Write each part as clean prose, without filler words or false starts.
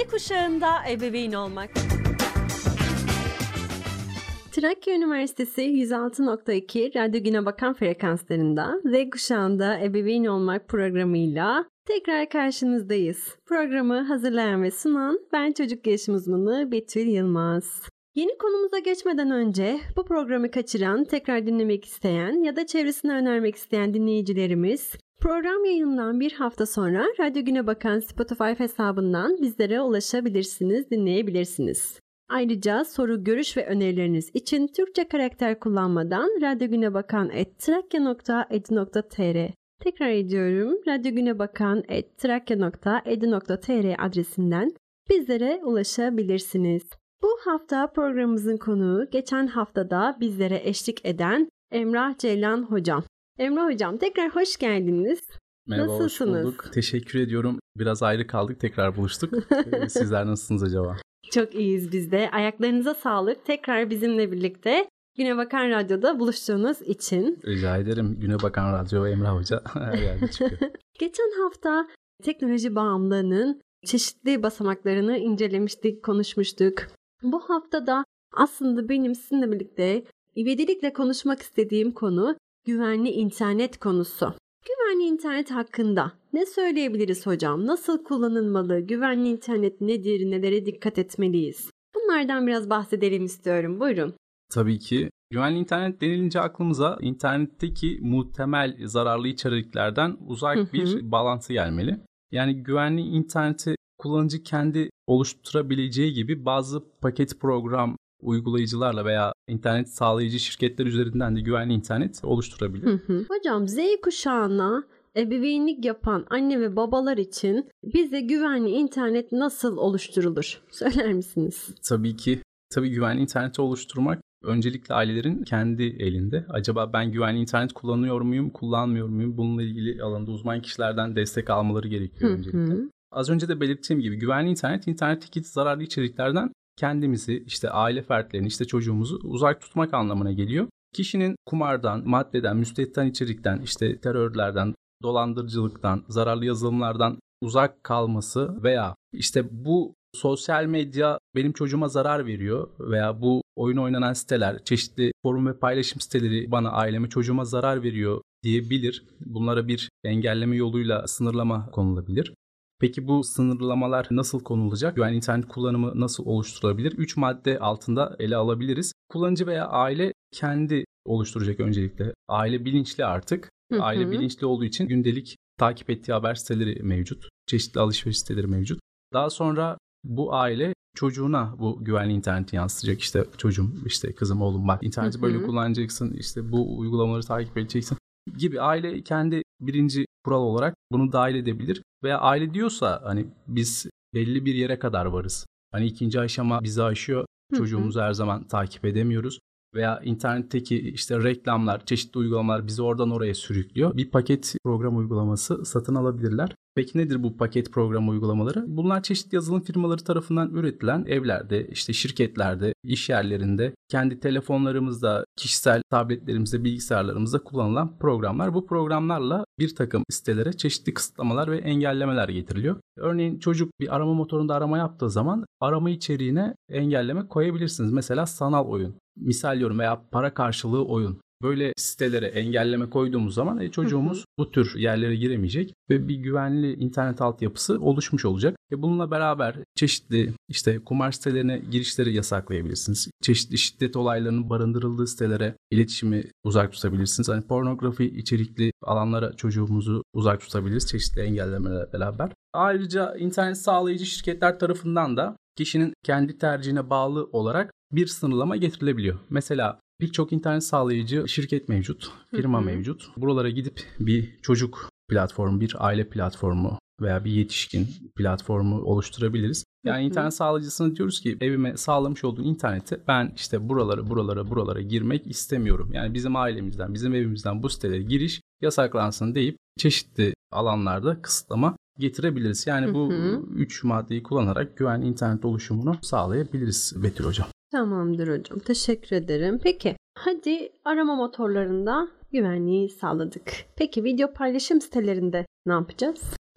kuşağında ebeveyn olmak. Trakya Üniversitesi 106.2 Radyo Güne Bakan frekanslarında Z kuşağında ebeveyn olmak programıyla tekrar karşınızdayız. Programı hazırlayan ve sunan ben çocuk gelişim uzmanı Betül Yılmaz. Yeni konumuza geçmeden önce bu programı kaçıran, tekrar dinlemek isteyen ya da çevresine önermek isteyen dinleyicilerimiz program yayınından bir hafta sonra Radyo Güne Bakan Spotify hesabından bizlere ulaşabilirsiniz, dinleyebilirsiniz. Ayrıca soru, görüş ve önerileriniz için Türkçe karakter kullanmadan radyogunebakan@trakya.edu.tr tekrar ediyorum, radyogunebakan@trakya.edu.tr adresinden bizlere ulaşabilirsiniz. Bu hafta programımızın konuğu geçen haftada bizlere eşlik eden Emrah Ceylan Hocam. Emrah Hocam tekrar hoş geldiniz. Merhaba, nasılsınız? hoş bulduk. Teşekkür ediyorum. Biraz ayrı kaldık, tekrar buluştuk. Sizler nasılsınız acaba? Çok iyiyiz biz de. Ayaklarınıza sağlık. Tekrar bizimle birlikte Güne Bakan Radyo'da buluştuğunuz için. Rica ederim. Güne Bakan Radyo Emrah Hoca her yerde çıkıyor. Geçen hafta teknoloji bağımlılığının çeşitli basamaklarını incelemiştik, konuşmuştuk. Bu hafta da aslında benim sizinle birlikte ivedilikle konuşmak istediğim konu güvenli internet konusu. Güvenli internet hakkında ne söyleyebiliriz hocam? Nasıl kullanılmalı? Güvenli internet nedir? Nelere dikkat etmeliyiz? Bunlardan biraz bahsedelim istiyorum. Buyurun. Tabii ki. Güvenli internet denilince aklımıza internetteki muhtemel zararlı içeriklerden uzak bir bağlantı gelmeli. Yani güvenli interneti kullanıcı kendi oluşturabileceği gibi bazı paket program uygulayıcılarla veya internet sağlayıcı şirketler üzerinden de güvenli internet oluşturabilir. Hocam Z kuşağına ebeveynlik yapan anne ve babalar için bize güvenli internet nasıl oluşturulur? Söyler misiniz? Tabii ki. Tabii güvenli interneti oluşturmak öncelikle ailelerin kendi elinde. Acaba ben güvenli internet kullanıyor muyum, kullanmıyor muyum? Bununla ilgili alanda uzman kişilerden destek almaları gerekiyor öncelikle. Az önce de belirttiğim gibi güvenli internetteki zararlı içeriklerden kendimizi, işte aile fertlerini, işte çocuğumuzu uzak tutmak anlamına geliyor. Kişinin kumardan, maddeden, müstehcen içerikten, işte terörlerden, dolandırıcılıktan, zararlı yazılımlardan uzak kalması veya işte bu sosyal medya benim çocuğuma zarar veriyor veya bu oyun oynanan siteler, çeşitli forum ve paylaşım siteleri bana, aileme, çocuğuma zarar veriyor diyebilir. Bunlara bir engelleme yoluyla sınırlama konulabilir. Peki bu sınırlamalar nasıl konulacak? Güvenli internet kullanımı nasıl oluşturulabilir? 3 madde altında ele alabiliriz. Kullanıcı veya aile kendi oluşturacak öncelikle. Aile bilinçli artık. Aile bilinçli olduğu için gündelik takip ettiği haber siteleri mevcut. Çeşitli alışveriş siteleri mevcut. Daha sonra bu aile çocuğuna bu güvenli interneti yansıtacak. İşte çocuğum, işte kızım, oğlum bak interneti böyle kullanacaksın. İşte bu uygulamaları takip edeceksin gibi aile kendi birinci kural olarak bunu dahil edebilir. Veya aile diyorsa hani biz belli bir yere kadar varız. Hani ikinci aşama bizi aşıyor. Çocuğumuzu her zaman takip edemiyoruz. Veya internetteki işte reklamlar, çeşitli uygulamalar bizi oradan oraya sürüklüyor. Bir paket program uygulaması satın alabilirler. Peki nedir bu paket program uygulamaları? Bunlar çeşitli yazılım firmaları tarafından üretilen evlerde, işte şirketlerde, iş yerlerinde, kendi telefonlarımızda, kişisel tabletlerimizde, bilgisayarlarımızda kullanılan programlar. Bu programlarla bir takım sitelere çeşitli kısıtlamalar ve engellemeler getiriliyor. Örneğin çocuk bir arama motorunda arama yaptığı zaman arama içeriğine engelleme koyabilirsiniz. Mesela sanal oyun, misal diyorum, veya para karşılığı oyun. Böyle sitelere engelleme koyduğumuz zaman çocuğumuz bu tür yerlere giremeyecek ve bir güvenli internet altyapısı oluşmuş olacak. Bununla beraber çeşitli işte kumar sitelerine girişleri yasaklayabilirsiniz. Çeşitli şiddet olaylarının barındırıldığı sitelere iletişimi uzak tutabilirsiniz. Hani pornografi içerikli alanlara çocuğumuzu uzak tutabiliriz çeşitli engellemelerle beraber. Ayrıca internet sağlayıcı şirketler tarafından da kişinin kendi tercihine bağlı olarak bir sınırlama getirilebiliyor. Mesela birçok internet sağlayıcı şirket mevcut, firma mevcut. Buralara gidip bir çocuk platformu, bir aile platformu veya bir yetişkin platformu oluşturabiliriz. Yani internet sağlayıcısına diyoruz ki evime sağlamış olduğun internete ben işte buralara girmek istemiyorum. Yani bizim ailemizden, bizim evimizden bu sitelere giriş yasaklansın deyip çeşitli alanlarda kısıtlama getirebiliriz. Yani bu 3 maddeyi kullanarak güvenli internet oluşumunu sağlayabiliriz Betül Hocam. Tamamdır hocam. Teşekkür ederim. Peki hadi arama motorlarında güvenliği sağladık. Peki video paylaşım sitelerinde ne yapacağız?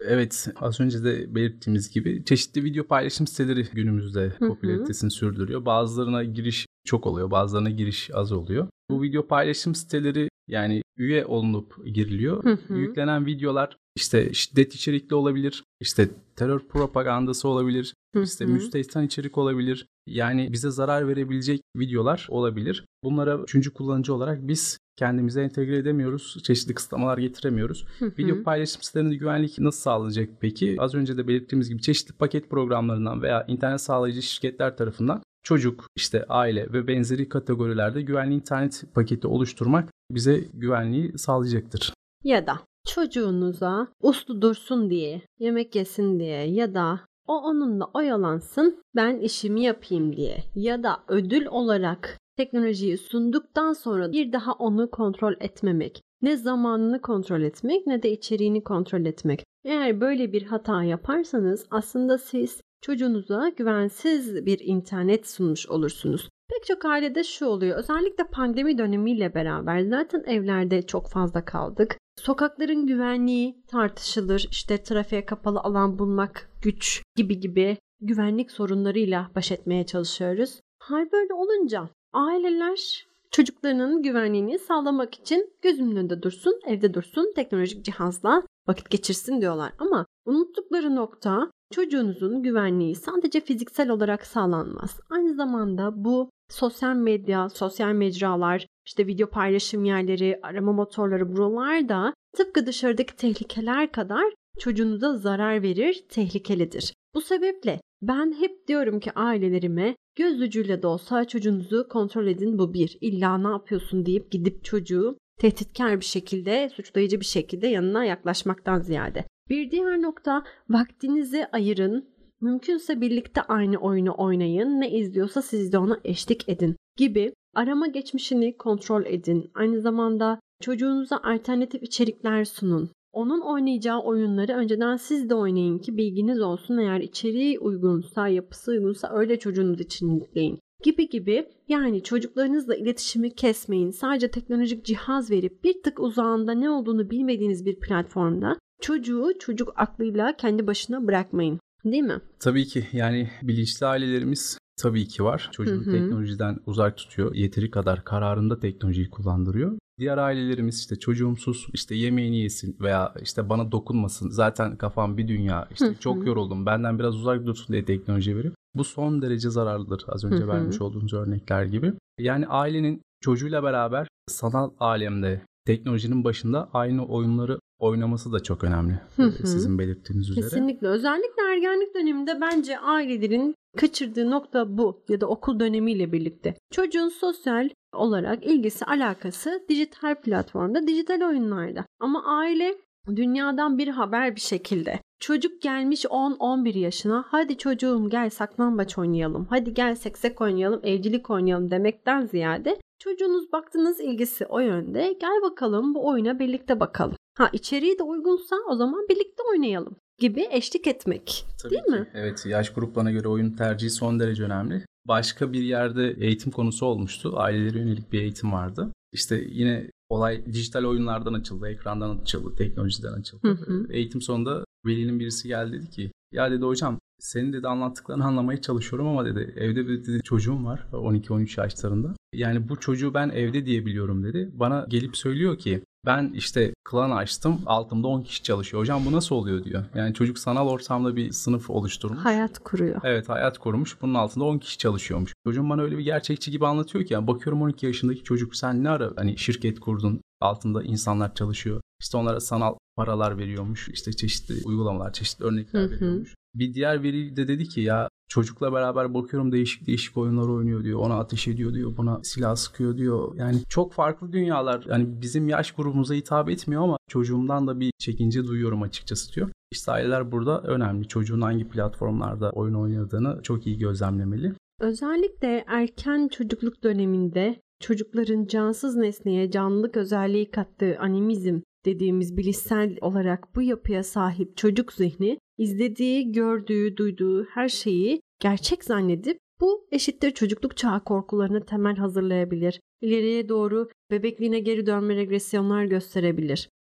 Evet, az önce de belirttiğimiz gibi çeşitli video paylaşım siteleri günümüzde popülaritesini sürdürüyor. Bazılarına giriş çok oluyor, bazılarına giriş az oluyor. Bu video paylaşım siteleri yani üye olunup giriliyor. Yüklenen videolar işte şiddet içerikli olabilir, işte terör propagandası olabilir, işte müstehcen içerik olabilir. Yani bize zarar verebilecek videolar olabilir. Bunlara üçüncü kullanıcı olarak biz kendimize entegre edemiyoruz. Çeşitli kısıtlamalar getiremiyoruz. Video paylaşım sitelerinde güvenlik nasıl sağlanacak peki? Az önce de belirttiğimiz gibi çeşitli paket programlarından veya internet sağlayıcı şirketler tarafından çocuk, işte aile ve benzeri kategorilerde güvenli internet paketi oluşturmak bize güvenliği sağlayacaktır. Ya da çocuğunuza uslu dursun diye, yemek yesin diye ya da o onunla oyalansın, ben işimi yapayım diye ya da ödül olarak teknolojiyi sunduktan sonra bir daha onu kontrol etmemek. Ne zamanını kontrol etmek ne de içeriğini kontrol etmek. Eğer böyle bir hata yaparsanız aslında siz çocuğunuza güvensiz bir internet sunmuş olursunuz. Pek çok ailede şu oluyor. Özellikle pandemi dönemiyle beraber zaten evlerde çok fazla kaldık. Sokakların güvenliği tartışılır. İşte trafiğe kapalı alan bulmak güç gibi güvenlik sorunlarıyla baş etmeye çalışıyoruz. Hal böyle olunca aileler çocuklarının güvenliğini sağlamak için gözümün önünde dursun, evde dursun, teknolojik cihazla vakit geçirsin diyorlar. Ama unuttukları nokta çocuğunuzun güvenliği sadece fiziksel olarak sağlanmaz. Aynı zamanda bu sosyal medya, sosyal mecralar, işte video paylaşım yerleri, arama motorları buralarda tıpkı dışarıdaki tehlikeler kadar çocuğunuza zarar verir, tehlikelidir. Bu sebeple ben hep diyorum ki ailelerime göz ucuyla da olsa çocuğunuzu kontrol edin, bu bir. İlla ne yapıyorsun deyip gidip çocuğu tehditkar bir şekilde, suçlayıcı bir şekilde yanına yaklaşmaktan ziyade. Bir diğer nokta, vaktinizi ayırın. Mümkünse birlikte aynı oyunu oynayın. Ne izliyorsa siz de ona eşlik edin gibi arama geçmişini kontrol edin. Aynı zamanda çocuğunuza alternatif içerikler sunun. Onun oynayacağı oyunları önceden siz de oynayın ki bilginiz olsun. Eğer içeriği uygunsa, yapısı uygunsa öyle çocuğunuz için yükleyin. Gibi yani çocuklarınızla iletişimi kesmeyin. Sadece teknolojik cihaz verip bir tık uzağında ne olduğunu bilmediğiniz bir platformda çocuğu çocuk aklıyla kendi başına bırakmayın. Değil mi? Tabii ki yani bilinçli ailelerimiz tabii ki var. Çocuğu teknolojiden uzak tutuyor. Yeteri kadar kararında teknolojiyi kullandırıyor. Diğer ailelerimiz işte çocuğumsuz işte yemeğini yesin veya işte bana dokunmasın. Zaten kafam bir dünya işte çok yoruldum benden biraz uzak dursun diye teknoloji veriyor. Bu son derece zararlıdır az önce vermiş olduğunuz örnekler gibi. Yani ailenin çocuğuyla beraber sanal alemde teknolojinin başında aynı oyunları oynaması da çok önemli. Sizin belirttiğiniz üzere. Kesinlikle. Özellikle ergenlik döneminde bence ailelerin kaçırdığı nokta bu ya da okul dönemiyle birlikte. Çocuğun sosyal olarak ilgisi, alakası dijital platformda, dijital oyunlarda. Ama aile dünyadan bir haber bir şekilde. Çocuk gelmiş 10-11 yaşına, hadi çocuğum gel saklambaç oynayalım, hadi gel seksek oynayalım, evcilik oynayalım demekten ziyade çocuğunuz baktığınız ilgisi o yönde, gel bakalım bu oyuna birlikte bakalım. İçeriği de uygunsa o zaman birlikte oynayalım gibi eşlik etmek. Tabii değil ki. mi? Evet, yaş gruplarına göre oyun tercihi son derece önemli. Başka bir yerde eğitim konusu olmuştu. Ailelere yönelik bir eğitim vardı. İşte yine olay dijital oyunlardan açıldı, ekrandan açıldı, teknolojiden açıldı. Eğitim sonunda velinin birisi geldi dedi ki ya dedi hocam senin dedi anlattıklarını anlamaya çalışıyorum ama dedi evde dedi çocuğum var 12-13 yaşlarında. Yani bu çocuğu ben evde diye biliyorum dedi. Bana gelip söylüyor ki ben işte klan açtım altımda 10 kişi çalışıyor. Hocam bu nasıl oluyor diyor. Yani çocuk sanal ortamda bir sınıf oluşturmuş. Hayat kuruyor. Evet, hayat kurmuş. Bunun altında 10 kişi çalışıyormuş. Çocuğum bana öyle bir gerçekçi gibi anlatıyor ki yani bakıyorum 12 yaşındaki çocuk sen ne ara hani şirket kurdun altında insanlar çalışıyor. İşte onlara sanal paralar veriyormuş. İşte çeşitli uygulamalar, çeşitli örnekler veriyormuş. Bir diğer veli de dedi ki ya çocukla beraber bakıyorum değişik oyunlar oynuyor diyor. Ona ateş ediyor diyor. Buna silah sıkıyor diyor. Yani çok farklı dünyalar. Yani bizim yaş grubumuza hitap etmiyor ama çocuğumdan da bir çekince duyuyorum açıkçası diyor. İşte aileler burada önemli. Çocuğun hangi platformlarda oyun oynadığını çok iyi gözlemlemeli. Özellikle erken çocukluk döneminde çocukların cansız nesneye canlılık özelliği kattığı animizm dediğimiz bilişsel olarak bu yapıya sahip çocuk zihni izlediği, gördüğü, duyduğu her şeyi gerçek zannedip bu eşittir çocukluk çağı korkularına temel hazırlayabilir. İleriye doğru bebekliğine geri dönme regresyonlar gösterebilir.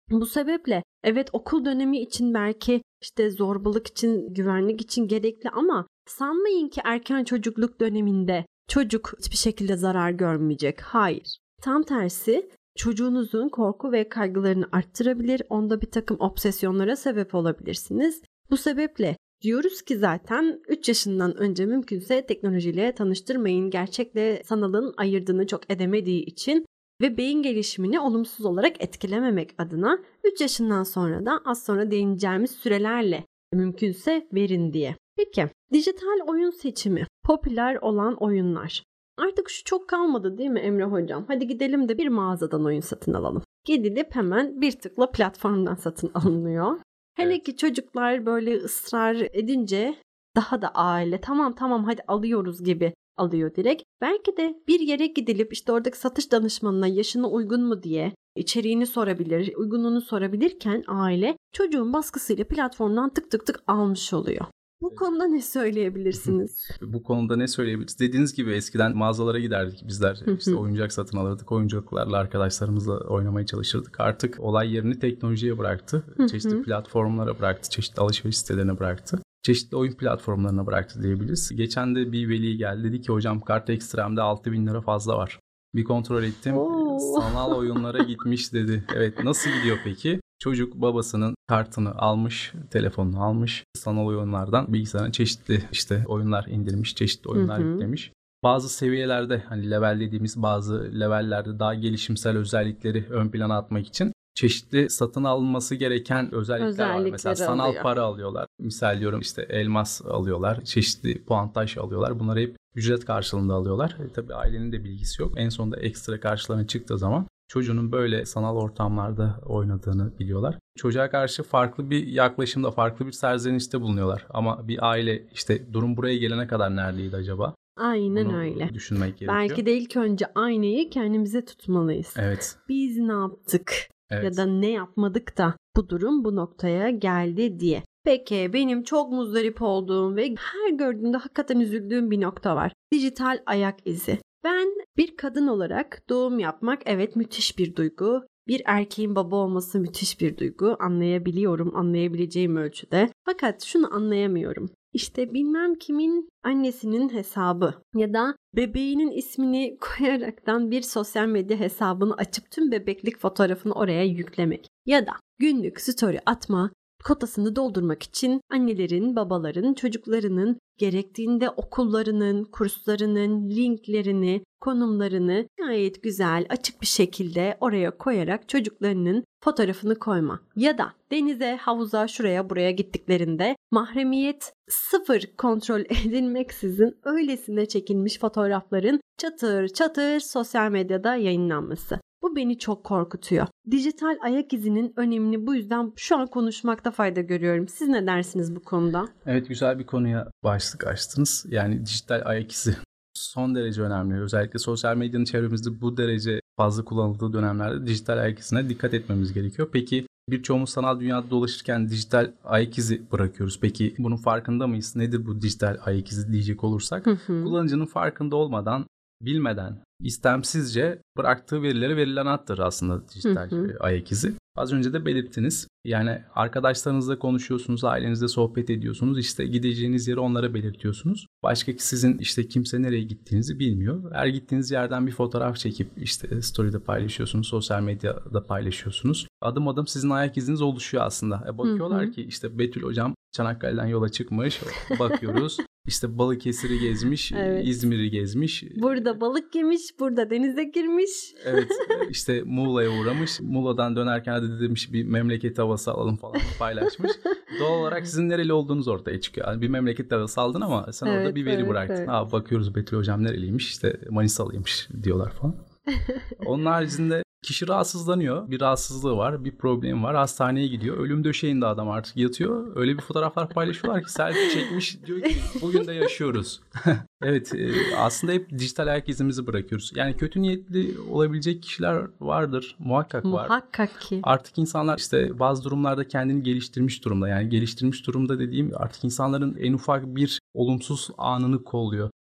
Bu sebeple evet okul dönemi için belki işte zorbalık için, güvenlik için gerekli ama sanmayın ki erken çocukluk döneminde çocuk hiçbir şekilde zarar görmeyecek. Hayır. Tam tersi çocuğunuzun korku ve kaygılarını arttırabilir, onda bir takım obsesyonlara sebep olabilirsiniz. Bu sebeple diyoruz ki zaten 3 yaşından önce mümkünse teknolojiyle tanıştırmayın. Gerçekle sanalın ayırdığını çok edemediği için ve beyin gelişimini olumsuz olarak etkilememek adına 3 yaşından sonra da az sonra değineceğimiz sürelerle mümkünse verin diye. Peki, dijital oyun seçimi, popüler olan oyunlar. Artık şu çok kalmadı değil mi Emre Hocam? Hadi gidelim de bir mağazadan oyun satın alalım. Gidilip hemen bir tıkla platformdan satın alınıyor. Hele ki çocuklar böyle ısrar edince daha da aile tamam hadi alıyoruz gibi alıyor direkt. Belki de bir yere gidilip işte oradaki satış danışmanına yaşına uygun mu diye içeriğini sorabilir, uygunluğunu sorabilirken aile çocuğun baskısıyla platformdan tık tık tık almış oluyor. Bu konuda ne söyleyebilirsiniz? Bu konuda ne söyleyebiliriz? Dediğiniz gibi eskiden mağazalara giderdik bizler. İşte oyuncak satın alırdık. Oyuncaklarla arkadaşlarımızla oynamaya çalışırdık. Artık olay yerini teknolojiye bıraktı. Çeşitli platformlara bıraktı. Çeşitli alışveriş sitelerine bıraktı. Çeşitli oyun platformlarına bıraktı diyebiliriz. Geçen de bir veli geldi. Dedi ki hocam kart ekstremde 6.000 lira fazla var. Bir kontrol ettim. Sanal oyunlara gitmiş dedi. Evet, nasıl gidiyor peki? Çocuk babasının kartını almış, telefonunu almış. Sanal oyunlardan bilgisayarına çeşitli işte oyunlar indirmiş, çeşitli oyunlar yüklemiş. Bazı seviyelerde hani level dediğimiz bazı levellerde daha gelişimsel özellikleri ön plana atmak için çeşitli satın alınması gereken özellikler var. Mesela sanal para alıyorlar. Misal diyorum işte elmas alıyorlar. Çeşitli puantaj alıyorlar. Bunları hep ücret karşılığında alıyorlar. Tabii ailenin de bilgisi yok. En sonunda ekstra karşılığına çıktığı zaman çocuğunun böyle sanal ortamlarda oynadığını biliyorlar. Çocuğa karşı farklı bir yaklaşımda, farklı bir serzenişte bulunuyorlar. Ama bir aile işte durum buraya gelene kadar neredeydi acaba? Aynen Bunu öyle. düşünmek gerekiyor. Belki de ilk önce aynayı kendimize tutmalıyız. Evet. Biz ne yaptık? Evet. Ya da ne yapmadık da bu durum bu noktaya geldi diye. Peki benim çok muzdarip olduğum ve her gördüğümde hakikaten üzüldüğüm bir nokta var. Dijital ayak izi. Ben bir kadın olarak doğum yapmak evet müthiş bir duygu. Bir erkeğin baba olması müthiş bir duygu. Anlayabiliyorum, anlayabileceğim ölçüde. Fakat şunu anlayamıyorum. İşte bilmem kimin annesinin hesabı ya da bebeğinin ismini koyaraktan bir sosyal medya hesabını açıp tüm bebeklik fotoğrafını oraya yüklemek ya da günlük story atma kotasını doldurmak için annelerin, babaların, çocuklarının gerektiğinde okullarının, kurslarının linklerini, konumlarını gayet güzel, açık bir şekilde oraya koyarak çocuklarının fotoğrafını koyma. Ya da denize, havuza, şuraya, buraya gittiklerinde mahremiyet sıfır kontrol edilmeksizin öylesine çekilmiş fotoğrafların çatır çatır sosyal medyada yayınlanması. Bu beni çok korkutuyor. Dijital ayak izinin önemini bu yüzden şu an konuşmakta fayda görüyorum. Siz ne dersiniz bu konuda? Evet, güzel bir konuya başlık açtınız. Yani dijital ayak izi son derece önemli. Özellikle sosyal medyanın çevremizde bu derece fazla kullanıldığı dönemlerde dijital ayak izine dikkat etmemiz gerekiyor. Peki birçoğumuz sanal dünyada dolaşırken dijital ayak izi bırakıyoruz. Peki bunun farkında mıyız? Nedir bu dijital ayak izi diyecek olursak? Kullanıcının farkında olmadan, bilmeden, istemsizce bıraktığı verilere verilen addır aslında dijital ayak izi. Az önce de belirttiniz. Yani arkadaşlarınızla konuşuyorsunuz, ailenizle sohbet ediyorsunuz. İşte gideceğiniz yeri onlara belirtiyorsunuz. Başka sizin işte kimse nereye gittiğinizi bilmiyor. Her gittiğiniz yerden bir fotoğraf çekip işte story'de paylaşıyorsunuz, sosyal medyada paylaşıyorsunuz. Adım adım sizin ayak iziniz oluşuyor aslında. Bakıyorlar ki işte Betül hocam Çanakkale'den yola çıkmış. Bakıyoruz. İşte Balıkesir'i gezmiş, evet. İzmir'i gezmiş. Burada balık yemiş, burada denize girmiş. Evet, işte Muğla'ya uğramış. Muğla'dan dönerken hadi demiş bir memleket havası alalım falan paylaşmış. Doğal olarak sizin nereli olduğunuz ortaya çıkıyor. Yani bir memleket havası aldın ama sen orada bir veri bıraktın. Evet. Bakıyoruz Betül hocam nereliymiş, işte Manisalıymış diyorlar falan. Onun haricinde kişi rahatsızlanıyor. Bir rahatsızlığı var, bir problemi var. Hastaneye gidiyor. Ölüm döşeğinde adam artık yatıyor. Öyle bir fotoğraflar paylaşıyorlar ki selfie çekmiş. Diyor ki bugün de yaşıyoruz. Evet, aslında hep dijital ayak izimizi bırakıyoruz. Yani kötü niyetli olabilecek kişiler vardır. Muhakkak var. Muhakkak ki. Artık insanlar işte bazı durumlarda kendini geliştirmiş durumda. Yani geliştirmiş durumda dediğim artık insanların en ufak bir olumsuz anını kolluyor.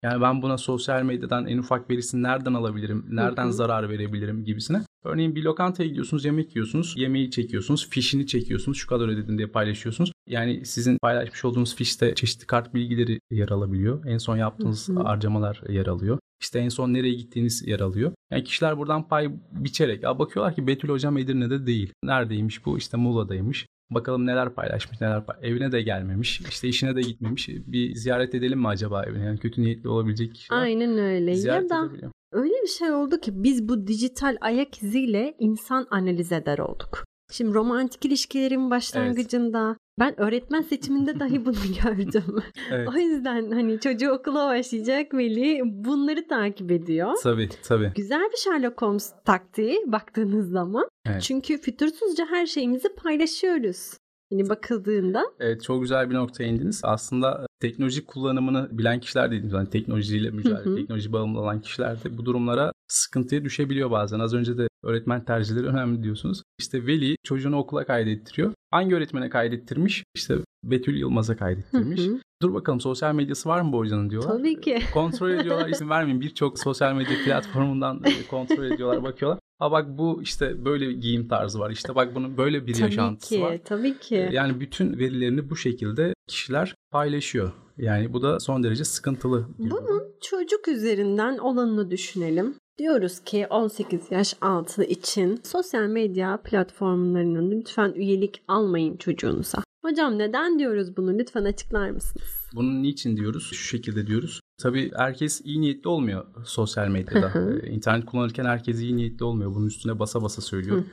Yani ben buna sosyal medyadan en ufak verisini nereden alabilirim, nereden zarar verebilirim gibisine. Örneğin bir lokantaya gidiyorsunuz, yemek yiyorsunuz, yemeği çekiyorsunuz, fişini çekiyorsunuz, şu kadar ödedin diye paylaşıyorsunuz. Yani sizin paylaşmış olduğunuz fişte çeşitli kart bilgileri yer alabiliyor. En son yaptığınız harcamalar yer alıyor. İşte en son nereye gittiğiniz yer alıyor. Yani kişiler buradan pay biçerek bakıyorlar ki Betül hocam Edirne'de değil. Neredeymiş bu? İşte Muğla'daymış. Bakalım neler paylaşmış, evine de gelmemiş, işte işine de gitmemiş. Bir ziyaret edelim mi acaba evine? Yani kötü niyetli olabilecek kişiler. Aynen öyle. Ziyaret ya da edebiliyor. öyle bir şey oldu ki biz bu dijital ayak iziyle insan analiz eder olduk. Şimdi romantik ilişkilerin başlangıcında ben öğretmen seçiminde dahi bunu gördüm. Evet. O yüzden hani çocuğu okula başlayacak veli bunları takip ediyor. Tabii. Güzel bir Sherlock Holmes taktiği baktığınız zaman. Evet. Çünkü fütursuzca her şeyimizi paylaşıyoruz. Hani bakıldığında. Evet, çok güzel bir noktaya indiniz. Aslında teknoloji kullanımını bilen kişiler dediğimiz yani teknolojiyle mücadele, teknoloji bağımlı olan kişiler de bu durumlara sıkıntıya düşebiliyor bazen. Az önce de öğretmen tercihleri önemli diyorsunuz. İşte veli çocuğunu okula kaydettiriyor. Hangi öğretmene kaydettirmiş? İşte Betül Yılmaz'a kaydettirmiş. Dur bakalım sosyal medyası var mı bu hocanın diyorlar. Tabii ki. Kontrol ediyorlar, isim vermeyeyim. Birçok sosyal medya platformundan kontrol ediyorlar, bakıyorlar. Bak bu işte böyle giyim tarzı var. İşte bak bunun böyle bir yaşantısı var. Tabii ki. Yani bütün verilerini bu şekilde kişiler paylaşıyor. Yani bu da son derece sıkıntılı. Bunun çocuk üzerinden olanını düşünelim. Diyoruz ki 18 yaş altı için sosyal medya platformlarının lütfen üyelik almayın çocuğunuza. Hocam neden diyoruz bunu? Lütfen açıklar mısınız? Bunun niçin diyoruz? Şu şekilde diyoruz. Tabii herkes iyi niyetli olmuyor sosyal medyada. İnternet kullanırken herkes iyi niyetli olmuyor. Bunun üstüne basa basa söylüyor.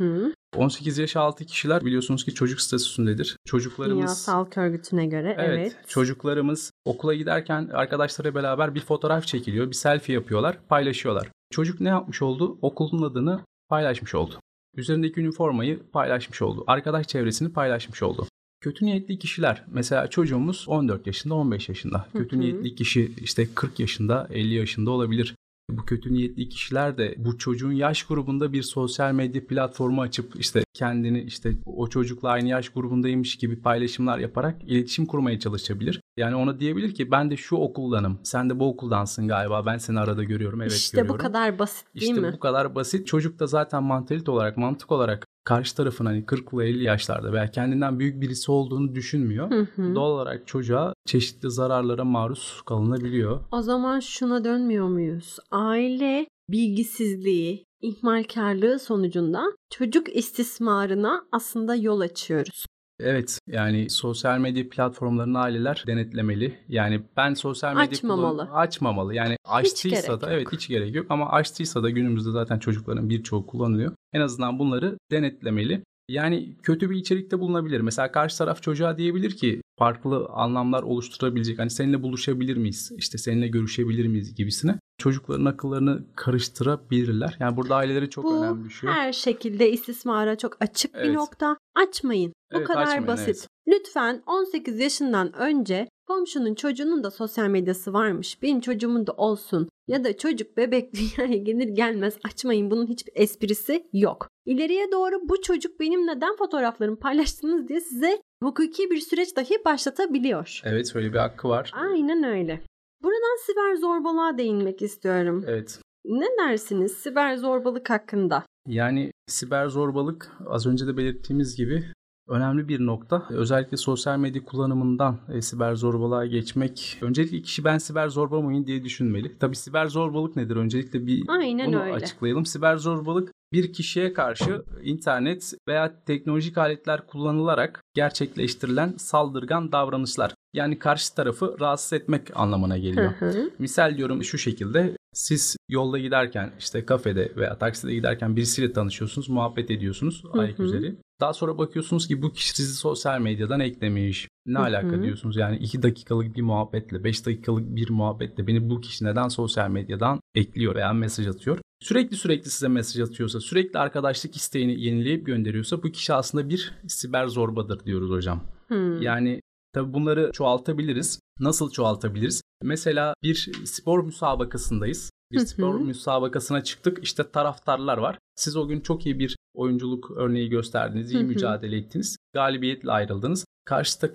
18 yaş altı kişiler biliyorsunuz ki çocuk statüsündedir. Çocuklarımız... Dünya Sağlık Örgütü'ne göre evet. Çocuklarımız okula giderken arkadaşlarıyla beraber bir fotoğraf çekiliyor. Bir selfie yapıyorlar, paylaşıyorlar. Çocuk ne yapmış oldu? Okulun adını paylaşmış oldu. Üzerindeki üniformayı paylaşmış oldu. Arkadaş çevresini paylaşmış oldu. Kötü niyetli kişiler, mesela çocuğumuz 14 yaşında, 15 yaşında. Kötü niyetli kişi işte 40 yaşında, 50 yaşında olabilir. Bu kötü niyetli kişiler de bu çocuğun yaş grubunda bir sosyal medya platformu açıp işte kendini işte o çocukla aynı yaş grubundaymış gibi paylaşımlar yaparak iletişim kurmaya çalışabilir. Yani ona diyebilir ki ben de şu okuldanım, sen de bu okuldansın galiba, ben seni arada görüyorum, evet işte görüyorum. İşte bu kadar basit değil mi? İşte bu kadar basit. Çocuk da zaten mantalite olarak, mantık olarak karşı tarafın hani 40'lı 50 yaşlarda veya kendinden büyük birisi olduğunu düşünmüyor. Doğal olarak çocuğa çeşitli zararlara maruz kalınabiliyor. O zaman şuna dönmüyor muyuz? Aile bilgisizliği, ihmalkarlığı sonucunda çocuk istismarına aslında yol açıyoruz. Evet, yani sosyal medya platformlarını aileler denetlemeli. Yani ben sosyal medya açmamalı. Yani açtıysa da hiç gerek yok ama açtıysa da günümüzde zaten çocukların birçoğu kullanıyor. En azından bunları denetlemeli. Yani kötü bir içerikte bulunabilir. Mesela karşı taraf çocuğa diyebilir ki farklı anlamlar oluşturabilecek. Hani seninle buluşabilir miyiz? İşte seninle görüşebilir miyiz gibisine. Çocukların akıllarını karıştırabilirler. Yani burada ailelere çok önem düşüyor. Bu her şekilde istismara çok açık bir nokta. Açmayın. Bu kadar açmayın, basit. Evet. Lütfen 18 yaşından önce komşunun çocuğunun da sosyal medyası varmış. Benim çocuğumun da olsun. Ya da çocuk bebek dünyaya gelir gelmez açmayın. Bunun hiçbir esprisi yok. İleriye doğru bu çocuk benim neden fotoğraflarımı paylaştınız diye size hukuki bir süreç dahi başlatabiliyor. Evet, öyle bir hakkı var. Aynen öyle. Buradan siber zorbalığa değinmek istiyorum. Evet. Ne dersiniz siber zorbalık hakkında? Yani siber zorbalık az önce de belirttiğimiz gibi önemli bir nokta. Özellikle sosyal medya kullanımından siber zorbalığa geçmek. Öncelikle kişi ben siber zorba mıyım diye düşünmeli. Tabii siber zorbalık nedir? Öncelikle bunu açıklayalım. Siber zorbalık bir kişiye karşı internet veya teknolojik aletler kullanılarak gerçekleştirilen saldırgan davranışlar. Yani karşı tarafı rahatsız etmek anlamına geliyor. Misal diyorum şu şekilde. Siz yolda giderken işte kafede veya takside giderken birisiyle tanışıyorsunuz, muhabbet ediyorsunuz ayak üzeri. Daha sonra bakıyorsunuz ki bu kişi sizi sosyal medyadan eklemiş. Ne alaka diyorsunuz? Yani 2 dakikalık bir muhabbetle, 5 dakikalık bir muhabbetle beni bu kişi neden sosyal medyadan ekliyor veya mesaj atıyor? Sürekli size mesaj atıyorsa, sürekli arkadaşlık isteğini yenileyip gönderiyorsa bu kişi aslında bir siber zorbadır diyoruz hocam. Yani tabii bunları çoğaltabiliriz. Nasıl çoğaltabiliriz? Mesela bir spor müsabakasındayız. Bir spor müsabakasına çıktık. İşte taraftarlar var. Siz o gün çok iyi bir oyunculuk örneği gösterdiniz. İyi mücadele ettiniz. Galibiyetle ayrıldınız. Karşı takımın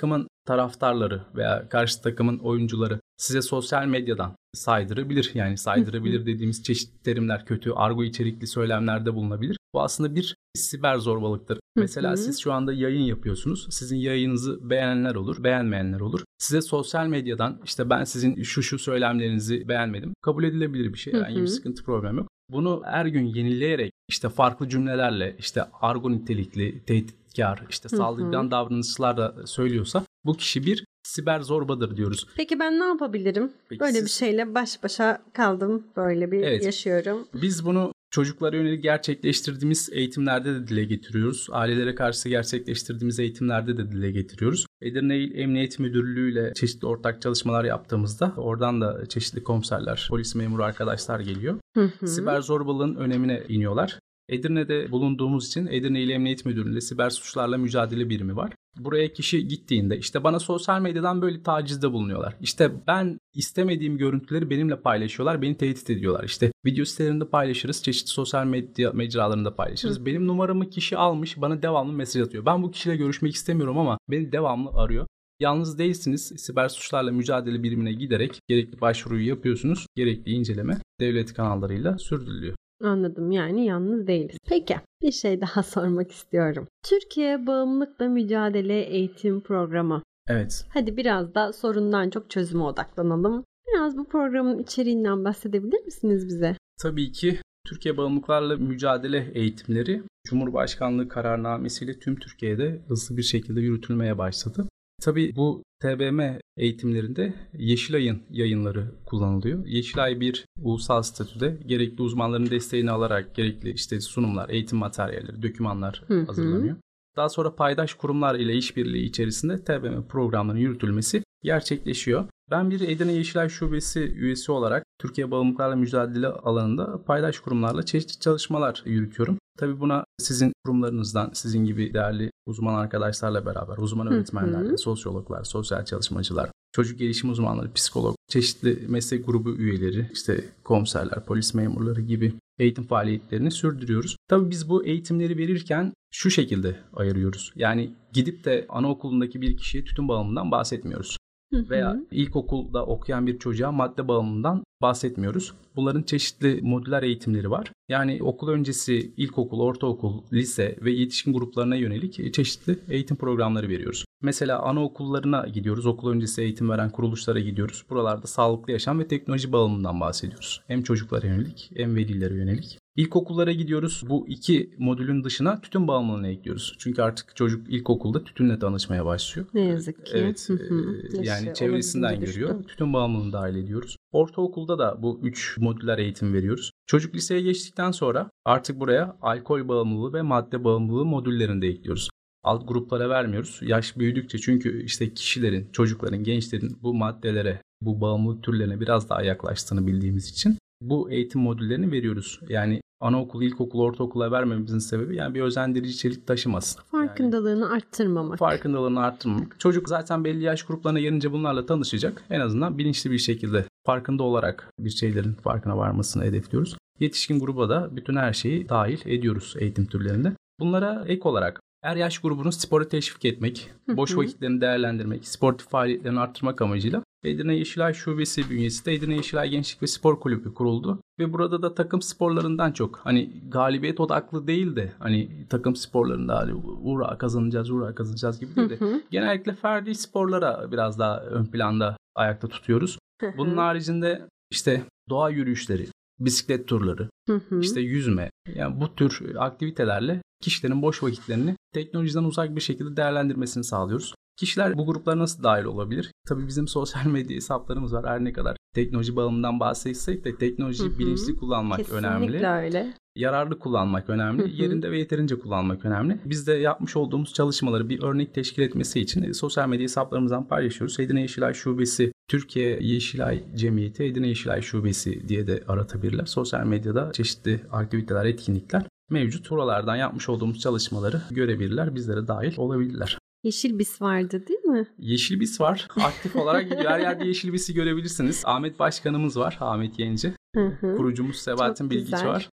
taraftarları veya karşı takımın oyuncuları size sosyal medyadan saydırabilir. Yani saydırabilir dediğimiz çeşitli terimler, kötü argo içerikli söylemlerde bulunabilir. Bu aslında bir siber zorbalıktır. Mesela siz şu anda yayın yapıyorsunuz. Sizin yayınınızı beğenenler olur, beğenmeyenler olur. Size sosyal medyadan işte ben sizin şu söylemlerinizi beğenmedim. Kabul edilebilir bir şey. Yani bir sıkıntı, problem yok. Bunu her gün yenileyerek işte farklı cümlelerle işte argo nitelikli, tehditkar, işte saldırgan davranışlarla söylüyorsa bu kişi bir siber zorbadır diyoruz. Peki ben ne yapabilirim? Peki böyle bir şeyle baş başa kaldım. Böyle bir yaşıyorum. Biz bunu çocuklara yönelik gerçekleştirdiğimiz eğitimlerde de dile getiriyoruz. Ailelere karşı gerçekleştirdiğimiz eğitimlerde de dile getiriyoruz. Edirne İl Emniyet Müdürlüğü ile çeşitli ortak çalışmalar yaptığımızda oradan da çeşitli komiserler, polis memuru arkadaşlar geliyor. Siber zorbalığın önemine iniyorlar. Edirne'de bulunduğumuz için Edirne İl Emniyet Müdürlüğü'nde siber suçlarla mücadele birimi var. Buraya kişi gittiğinde işte bana sosyal medyadan böyle tacizde bulunuyorlar. İşte ben istemediğim görüntüleri benimle paylaşıyorlar, beni tehdit ediyorlar. İşte video sitelerinde paylaşırız, çeşitli sosyal medya mecralarında paylaşırız. Benim numaramı kişi almış, bana devamlı mesaj atıyor. Ben bu kişiyle görüşmek istemiyorum ama beni devamlı arıyor. Yalnız değilsiniz. Siber suçlarla mücadele birimine giderek gerekli başvuruyu yapıyorsunuz. Gerekli inceleme devlet kanallarıyla sürdürülüyor. Anladım, yani yalnız değiliz. Peki bir şey daha sormak istiyorum. Türkiye Bağımlılıkla Mücadele Eğitim Programı. Evet. Hadi biraz da sorundan çok çözüme odaklanalım. Biraz bu programın içeriğinden bahsedebilir misiniz bize? Tabii ki. Türkiye Bağımlılıklarla Mücadele Eğitimleri Cumhurbaşkanlığı kararnamesiyle tüm Türkiye'de hızlı bir şekilde yürütülmeye başladı. Tabii bu TBM eğitimlerinde Yeşilay'ın yayınları kullanılıyor. Yeşilay bir ulusal statüde gerekli uzmanların desteğini alarak gerekli işte sunumlar, eğitim materyalleri, dokümanlar hazırlanıyor. Daha sonra paydaş kurumlar ile işbirliği içerisinde TBM programlarının yürütülmesi gerçekleşiyor. Ben bir Edirne Yeşilay Şubesi üyesi olarak Türkiye Bağımlılıklarla Mücadele alanında paydaş kurumlarla çeşitli çalışmalar yürütüyorum. Tabii buna sizin kurumlarınızdan, sizin gibi değerli uzman arkadaşlarla beraber, uzman öğretmenlerle, sosyologlar, sosyal çalışmacılar, çocuk gelişim uzmanları, psikolog, çeşitli meslek grubu üyeleri, işte komiserler, polis memurları gibi eğitim faaliyetlerini sürdürüyoruz. Tabii biz bu eğitimleri verirken şu şekilde ayırıyoruz. Yani gidip de anaokulundaki bir kişiye tütün bağımlılığından bahsetmiyoruz. Veya ilkokulda okuyan bir çocuğa madde bağımlılığından bahsetmiyoruz. Bunların çeşitli modüler eğitimleri var. Yani okul öncesi ilkokul, ortaokul, lise ve yetişkin gruplarına yönelik çeşitli eğitim programları veriyoruz. Mesela anaokullarına gidiyoruz, okul öncesi eğitim veren kuruluşlara gidiyoruz. Buralarda sağlıklı yaşam ve teknoloji bağımlılığından bahsediyoruz. Hem çocuklara yönelik hem velilere yönelik. İlkokullara gidiyoruz. Bu iki modülün dışına tütün bağımlılığını ekliyoruz. Çünkü artık çocuk ilkokulda tütünle tanışmaya başlıyor. Ne yazık ki. Evet. Yani çevresinden görüyor. Tütün bağımlılığını dahil ediyoruz. Ortaokulda da bu 3 modüler eğitim veriyoruz. Çocuk liseye geçtikten sonra artık buraya alkol bağımlılığı ve madde bağımlılığı modüllerini de ekliyoruz. Alt gruplara vermiyoruz. Yaş büyüdükçe çünkü işte kişilerin, çocukların, gençlerin bu maddelere, bu bağımlılık türlerine biraz daha yaklaştığını bildiğimiz için bu eğitim modüllerini veriyoruz. Yani anaokul, ilkokul, ortaokula vermemizin sebebi yani bir özendirici içerik taşımasın. Farkındalığını arttırmamak. Farkındalığını arttırmamak. Çocuk zaten belli yaş gruplarına gelince bunlarla tanışacak. En azından bilinçli bir şekilde farkında olarak bir şeylerin farkına varmasını hedefliyoruz. Yetişkin gruba da bütün her şeyi dahil ediyoruz eğitim türlerinde. Bunlara ek olarak her yaş grubunu spora teşvik etmek, boş vakitlerini değerlendirmek, sportif faaliyetlerini arttırmak amacıyla Edirne Yeşilay Şubesi bünyesinde Edirne Yeşilay Gençlik ve Spor Kulübü kuruldu. Ve burada da takım sporlarından çok hani galibiyet odaklı değil de hani takım sporlarında hani uğra kazanacağız gibi değil de genellikle ferdi sporlara biraz daha ön planda ayakta tutuyoruz. Bunun haricinde işte doğa yürüyüşleri, bisiklet turları, işte yüzme, yani bu tür aktivitelerle kişilerin boş vakitlerini teknolojiden uzak bir şekilde değerlendirmesini sağlıyoruz. Kişiler bu gruplara nasıl dahil olabilir? Tabii bizim sosyal medya hesaplarımız var. Her ne kadar teknoloji bağımından bahsetsek de teknolojiyi bilinçli kullanmak Kesinlikle önemli. Kesinlikle öyle. Yararlı kullanmak önemli. Yerinde ve yeterince kullanmak önemli. Biz de yapmış olduğumuz çalışmaları bir örnek teşkil etmesi için sosyal medya hesaplarımızdan paylaşıyoruz. Edirne Yeşilay Şubesi, Türkiye Yeşilay Cemiyeti, Edirne Yeşilay Şubesi diye de aratabilirler. Sosyal medyada çeşitli aktiviteler, etkinlikler mevcut. Buralardan yapmış olduğumuz çalışmaları görebilirler. Bizlere dahil olabilirler. Yeşil Bis vardı değil mi? Yeşil Bis var. Aktif olarak gidiyor. Her yerde Yeşil Bis'i görebilirsiniz. Ahmet Başkanımız var. Ahmet Yenici. Kurucumuz Sebahattin Bilgiç var.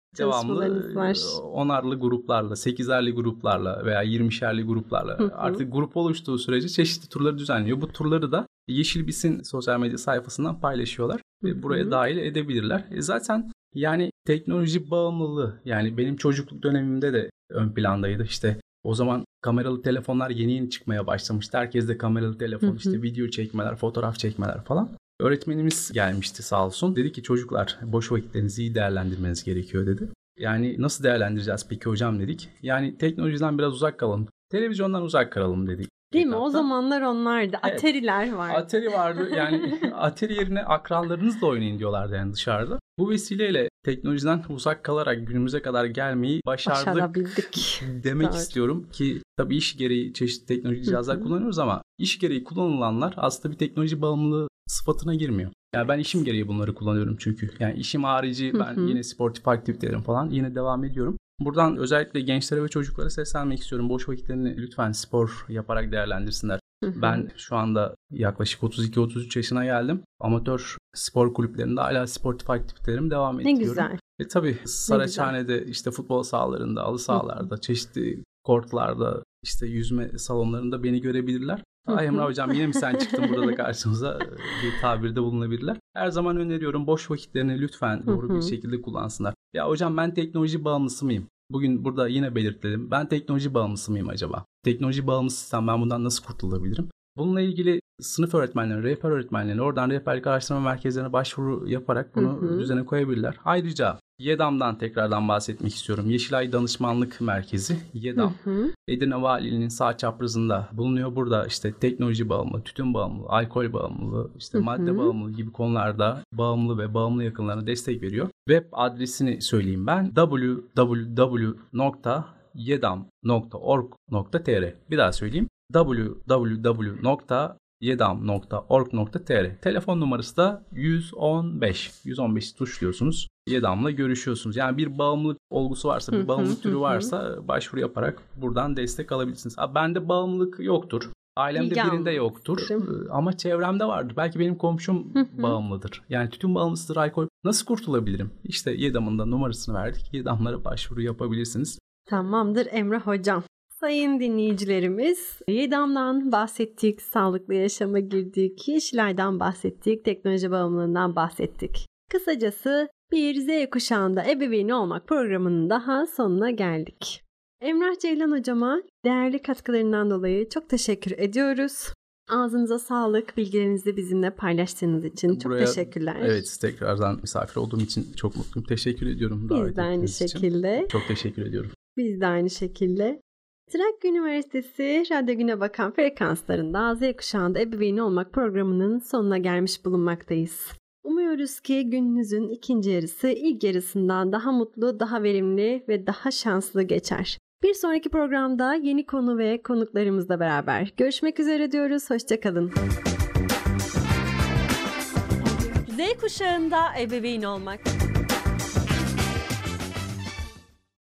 çalışmalarınız var. Onarlı gruplarla, 8'erli gruplarla veya 20'şerli gruplarla artık grup oluştuğu sürece çeşitli turları düzenliyor. Bu turları da Yeşil Bis'in sosyal medya sayfasından paylaşıyorlar ve buraya dahil edebilirler. Zaten yani teknoloji bağımlılığı, yani benim çocukluk dönemimde de ön plandaydı. İşte o zaman kameralı telefonlar yeni yeni çıkmaya başlamıştı. Herkes de kameralı telefon, işte video çekmeler, fotoğraf çekmeler falan. Öğretmenimiz gelmişti sağ olsun. Dedi ki çocuklar, boş vakitlerinizi iyi değerlendirmeniz gerekiyor dedi. Yani nasıl değerlendireceğiz peki hocam dedik. Yani teknolojiden biraz uzak kalalım. Televizyondan uzak kalalım dedik. Değil mi? O zamanlar onlardı. Evet. Atari'ler vardı. Atari vardı. Yani Atari yerine akranlarınızla oynayın diyorlardı yani dışarıda. Bu vesileyle teknolojiden uzak kalarak günümüze kadar gelmeyi başarabildik demek istiyorum ki tabii iş gereği çeşitli teknolojik cihazlar kullanıyoruz ama iş gereği kullanılanlar aslında bir teknoloji bağımlılığı sıfatına girmiyor. Yani ben işim gereği bunları kullanıyorum çünkü. Yani işim harici ben yine sportif aktivitelerim falan yine devam ediyorum. Buradan özellikle gençlere ve çocuklara seslenmek istiyorum. Boş vakitlerini lütfen spor yaparak değerlendirsinler. Ben şu anda yaklaşık 32-33 yaşına geldim. Amatör spor kulüplerinde hala sportif aktivitelerim devam ediyorum. Ne güzel. Tabii Saraçhane'de işte futbol sahalarında, halı sahalarda, çeşitli kortlarda, işte yüzme salonlarında beni görebilirler. Emrah hocam yine mi sen çıktın burada karşımıza bir tabirde bulunabilirler. Her zaman öneriyorum boş vakitlerini lütfen doğru bir şekilde kullansınlar. Ya hocam ben teknoloji bağımlısı mıyım? Bugün burada yine belirtelim. Ben teknoloji bağımlısı mıyım acaba? Teknoloji bağımlısıysam ben bundan nasıl kurtulabilirim? Bununla ilgili sınıf öğretmenleri, rehber öğretmenleri oradan rehberlik araştırma merkezlerine başvuru yaparak bunu düzene koyabilirler. Ayrıca YEDAM'dan tekrardan bahsetmek istiyorum. Yeşilay Danışmanlık Merkezi YEDAM. Edirne Valiliğinin sağ çaprazında bulunuyor. Burada işte teknoloji bağımlılığı, tütün bağımlılığı, alkol bağımlılığı, işte madde bağımlılığı gibi konularda bağımlı ve bağımlı yakınlarına destek veriyor. Web adresini söyleyeyim ben. www.yedam.org.tr. Bir daha söyleyeyim. www.yedam.org.tr. Telefon numarası da 115. 115'i tuşluyorsunuz. Yedam'la görüşüyorsunuz. Yani bir bağımlılık olgusu varsa, bir bağımlılık türü varsa başvuru yaparak buradan destek alabilirsiniz. Bende bağımlılık yoktur. Ailemde birinde yoktur. Ama çevremde vardır. Belki benim komşum bağımlıdır. Yani tütün bağımlısıdır, alkol. Nasıl kurtulabilirim? İşte Yedam'ın da numarasını verdik. Yedam'lara başvuru yapabilirsiniz. Tamamdır Emrah hocam. Sayın dinleyicilerimiz, YEDAM'dan bahsettik, sağlıklı yaşama girdik, Yeşilay'dan bahsettik, teknoloji bağımlılığından bahsettik. Kısacası bir Z kuşağında ebeveyn olmak programının daha sonuna geldik. Emrah Ceylan hocama değerli katkılarından dolayı çok teşekkür ediyoruz. Ağzınıza sağlık, bilgilerinizi bizimle paylaştığınız için çok teşekkürler. Evet, tekrardan misafir olduğum için çok mutluyum. Teşekkür ediyorum davet ettiğiniz için. Biz de aynı şekilde. Çok teşekkür ediyorum. Biz de aynı şekilde. Trakya Üniversitesi Radyo Güne Bakan frekanslarında Z kuşağında ebeveyn olmak programının sonuna gelmiş bulunmaktayız. Umuyoruz ki gününüzün ikinci yarısı ilk yarısından daha mutlu, daha verimli ve daha şanslı geçer. Bir sonraki programda yeni konu ve konuklarımızla beraber görüşmek üzere diyoruz. Hoşçakalın. Z kuşağında ebeveyn olmak.